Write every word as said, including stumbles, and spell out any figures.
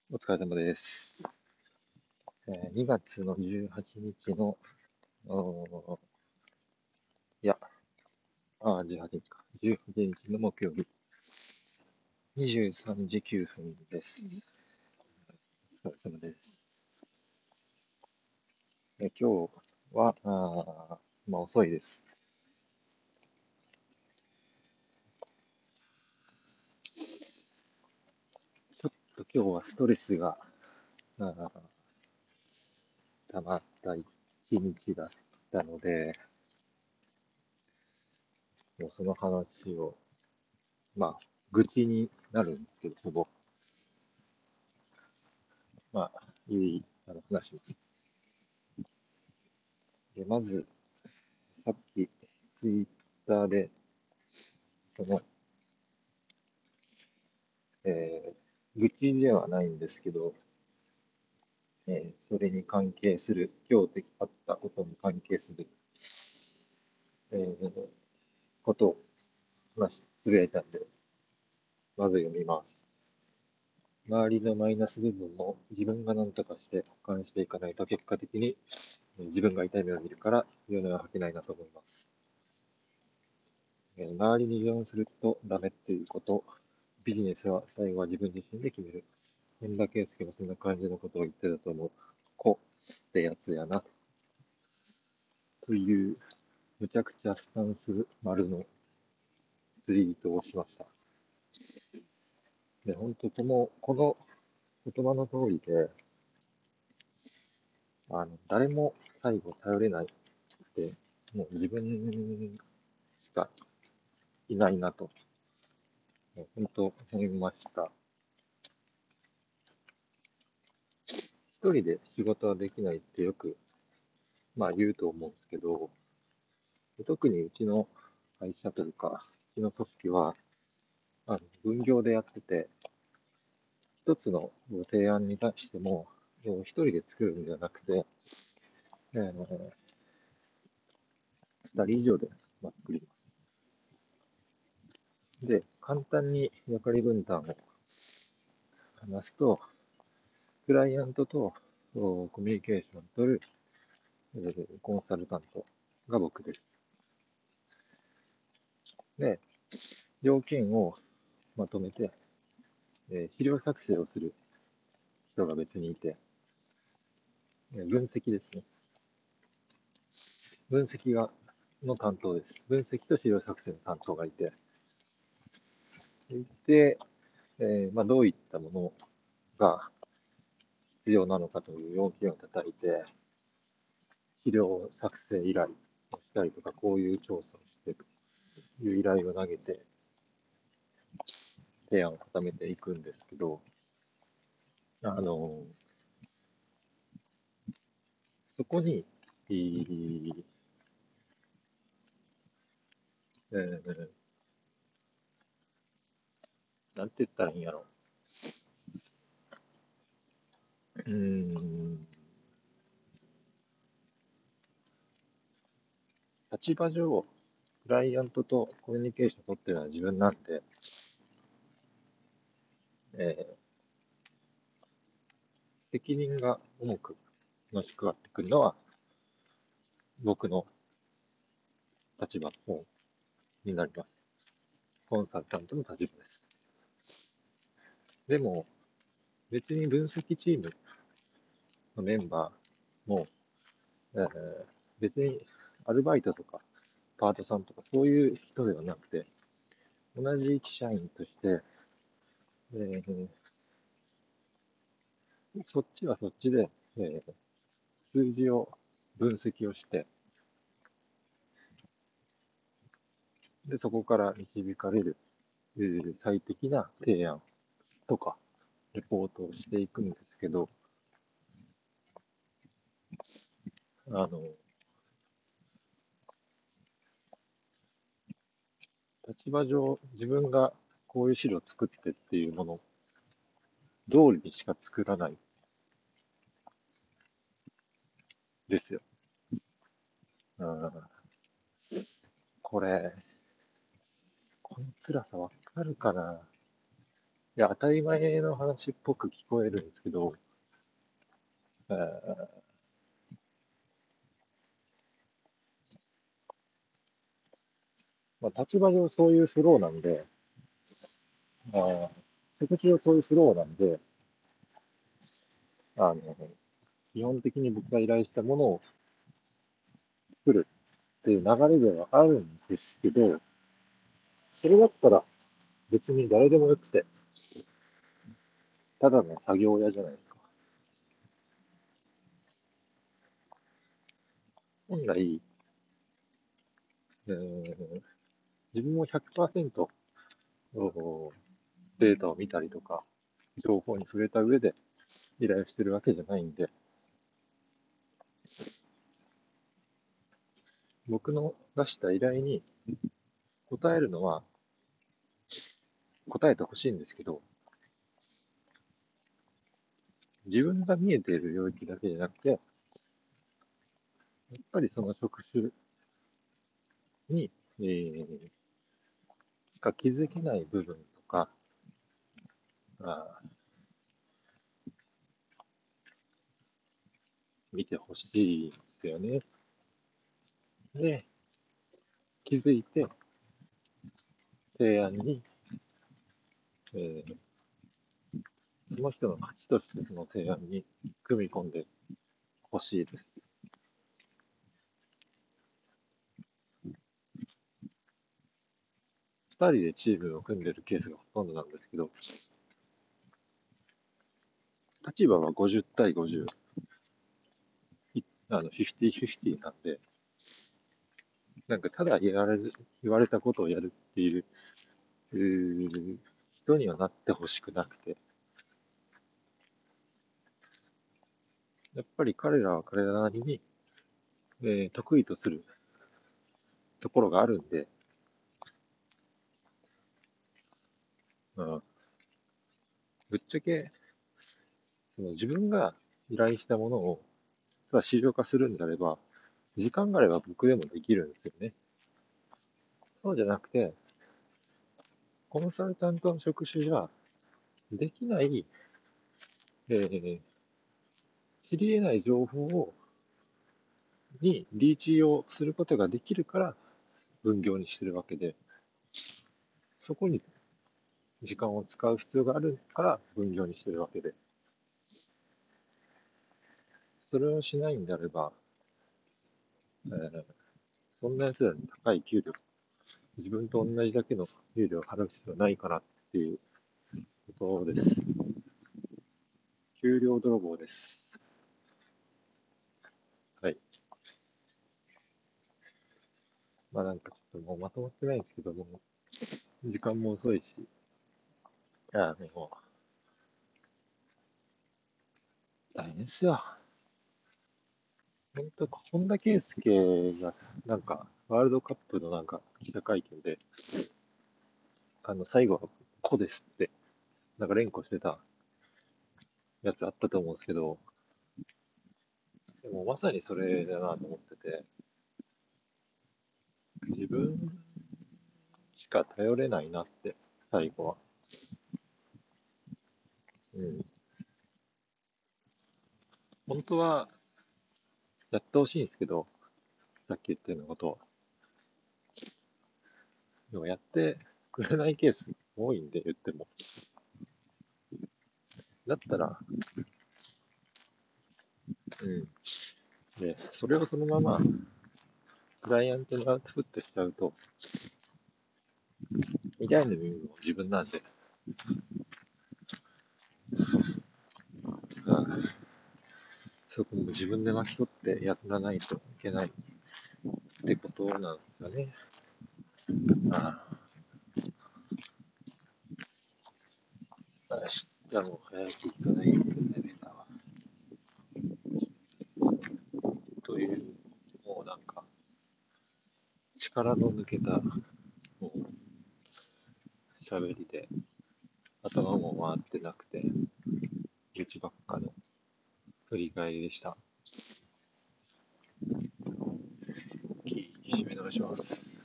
お疲れ様です。えーにがつのじゅうはちにちの、おーいや、あー、じゅうはちにちか。じゅうはちにちの木曜日、にじゅうさんじきゅうふんです。お疲れ様です。えー今日は、あーまあ遅いです。ちょっと今日はストレスが、あー溜まった一日だったので、もうその話を、まあ、愚痴になるんですけど、ほぼ、まあ、いい、あの、話します。で、まず、さっき、ツイッターで、その、えー愚痴ではないんですけど、えーそれに関係する、今日であったことに関係する、えーことを、まあ、つぶやいたんで、まず読みます。周りのマイナス部分も自分が何とかして補完していかないと結果的にえー自分が痛い目を見るから世のは吐けないなと思います。えー周りに依存するとダメっていうこと、ビジネスは最後は自分自身で決める。本田圭佑もそんな感じのことを言ってたと思う。こってやつやな。という、むちゃくちゃスタンス丸のツイートをしました。で、本当この、この言葉の通りで、あの、誰も最後頼れないって、もう自分しかいないなと、本当思いました。一人で仕事はできないってよく、まあ言うと思うんですけど、特にうちの会社というか、うちの組織は、あの分業でやってて、一つの提案に対しても、一人で作るんじゃなくて、えー、二人以上で、まあ、作ります。で、簡単に役割分担を話すと、クライアントとコミュニケーションを取る、えーコンサルタントが僕です。で、要件をまとめて、えー資料作成をする人が別にいて、分析ですね。分析がの担当です。分析と資料作成の担当がいて、で、えーまあ、どういったものが必要なのかという要件を叩いて、資料作成依頼をしたりとか、こういう調査をしてという依頼を投げて、提案を固めていくんですけど、あの、そこに、えーえーなんて言ったらいいんやろ。うーん、立場上、クライアントとコミュニケーションを取ってるのは自分なんで、えー責任が重くのしくわってくるのは僕の立場の方になります。コンサルタントの立場です。でも、別に分析チームのメンバーも、えー別にアルバイトとかパートさんとかそういう人ではなくて、同じ一社員として、えーそっちはそっちで、えー数字を分析をして、で、そこから導かれる、えー最適な提案とか、レポートをしていくんですけど、あの、立場上、自分がこういう資料を作ってっていうもの通りにしか作らないですよ。うん、これ、この辛さわかるかな。 いや、当たり前の話っぽく聞こえるんですけど、えーまあ、立場上そういうフローなんで、あー職種上そういうフローなんで、あの、基本的に僕が依頼したものを作るっていう流れではあるんですけど、それだったら別に誰でもよくて、ただの作業屋じゃないですか。本来、えー自分もひゃくパーセントおデータを見たりとか、情報に触れた上で依頼してるわけじゃないんで、僕の出した依頼に答えるのは答えてほしいんですけど、自分が見えている領域だけじゃなくて、やっぱりその職種に、えー、しか気づけない部分とか、あ見てほしいですよね。で、気づいて提案に、えー、その人の価値としてその提案に組み込んでほしいです。ふたりでチームを組んでるケースがほとんどなんですけど、立場はごじゅう対ごじゅう、あの、フィフティフィフティなんで、なんかただ言われる、言われたことをやるっていう、うー人にはなってほしくなくて、やっぱり彼らは彼らなりに、えー得意とするところがあるんで、うん、ぶっちゃけ、その自分が依頼したものを、ただ資料化するんであれば、時間があれば僕でもできるんですよね。そうじゃなくて、コンサルタントの職種じゃできない、えー知り得ない情報をにリーチをすることができるから分業にしてるわけで、そこに時間を使う必要があるから分業にしてるわけで、それをしないんであれば、えーそんな奴らに高い給料、自分と同じだけの給料を払う必要はないかなっていうことです。給料泥棒です。はい。まあなんかちょっともうまとまってないんですけども、時間も遅いし、いや、もう大変ですよ。本当、本田圭佑が、なんか、ワールドカップのなんか、記者会見で、あの、最後は、子ですって、なんか連呼してたやつあったと思うんですけど、でもまさにそれだなと思ってて、自分しか頼れないなって、最後は。うん。本当は、やってほしいんですけど、さっき言ったようなことを。でもやってくれないケース多いんで、言っても。だったら、うん。で、それをそのまま、クライアントにアウトプットしちゃうと、痛いの見るのも自分なんで、ああそこも自分で巻き取ってやらないといけないってことなんですよね。ああ、明日も早く行かないとダメだわ。という、もうなんか、力の抜けた、もう、喋りで、頭も回ってなくて、愚痴ばっかの振り返りでした。き締め直します。